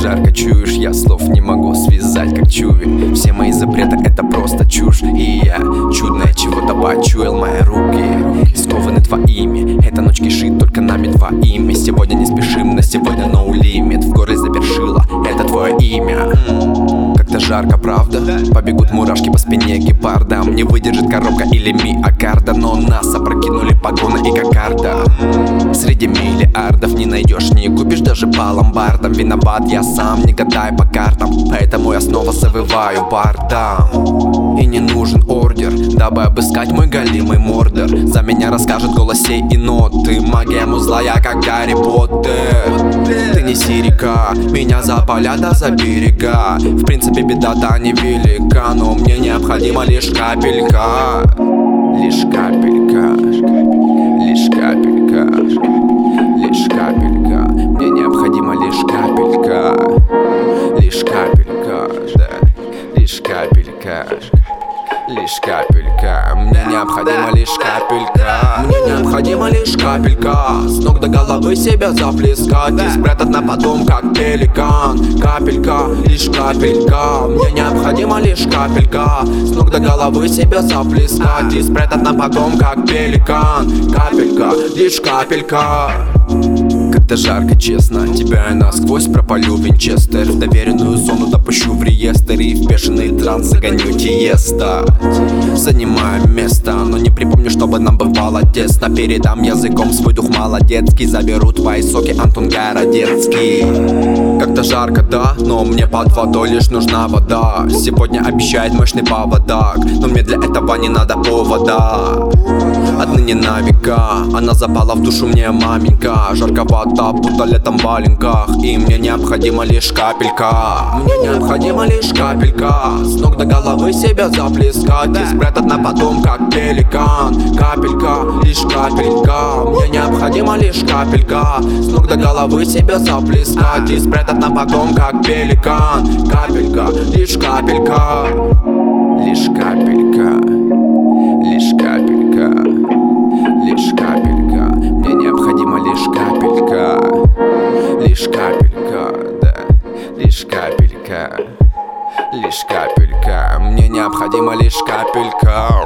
жарко, чуешь, я слов не могу связать, как чувель. Все мои запреты — это просто чушь. И я чудное чего-то почуял, мои руки скованы твоими. Эта ночь кишит только нами двоими. Сегодня не спешим, на сегодня no limit. В горле завершила, это твое имя. Как-то жарко, правда? Побегут мурашки по спине гепардам. Не выдержит коробка или миокарда, но нас опрокинули погоны и кокарда. Среди миллиардов не найдешь, не купишь даже по ломбардам. Виноват я сам, не гадай по картам, поэтому я снова завываю бардам. И не нужен ордер, дабы обыскать мой голимый мордор. За меня расскажет голос сей и ноты. Магия музла, я как Гарри Поттер. Ты неси река, меня за поля да за берега. В принципе беда-то не велика, но мне необходима лишь капелька. Лишь капелька, лишь капелька, лишь капелька. Мне необходима лишь капелька. Лишь капелька, да, лишь капелька. Лишь капелька, мне необходима лишь капелька. Мне необходима лишь капелька. С ног до головы себя заплескать и спрятать на потом, как пеликан. Капелька, лишь капелька. Мне необходима лишь капелька. С ног до головы себя заплескать и спрятать на потом, как пеликан. Капелька, лишь капелька. Как-то жарко, честно, тебя я насквозь пропалю винчестер. В доверенную зону допущу в реестр и в бешеный транс загоню Тиеста. Занимаю место, но не припомню, чтобы нам бывало тесно. Передам языком свой дух молодецкий. Заберу твои соки, Антон Городецкий. Как-то жарко, да, но мне под водой лишь нужна вода. Сегодня обещает мощный поводок, но мне для этого не надо повода. Отныне на века она запала в душу мне, маменька. Жарковато, будто летом в валенках. И мне необходима лишь капелька. Мне необходима лишь капелька. С ног до головы себя заплескать и спрятать на потом, как пеликан. Капелька, лишь капелька. Мне необходима лишь капелька. С ног до головы себя заплескать и спрятать на потом, как пеликан. Капелька, лишь капелька. Лишь капелька. Лишь капелька. Лишь капелька. Мне необходима лишь капелька. Лишь капелька, да. Лишь капелька. Лишь капелька. Мне необходима лишь капелька.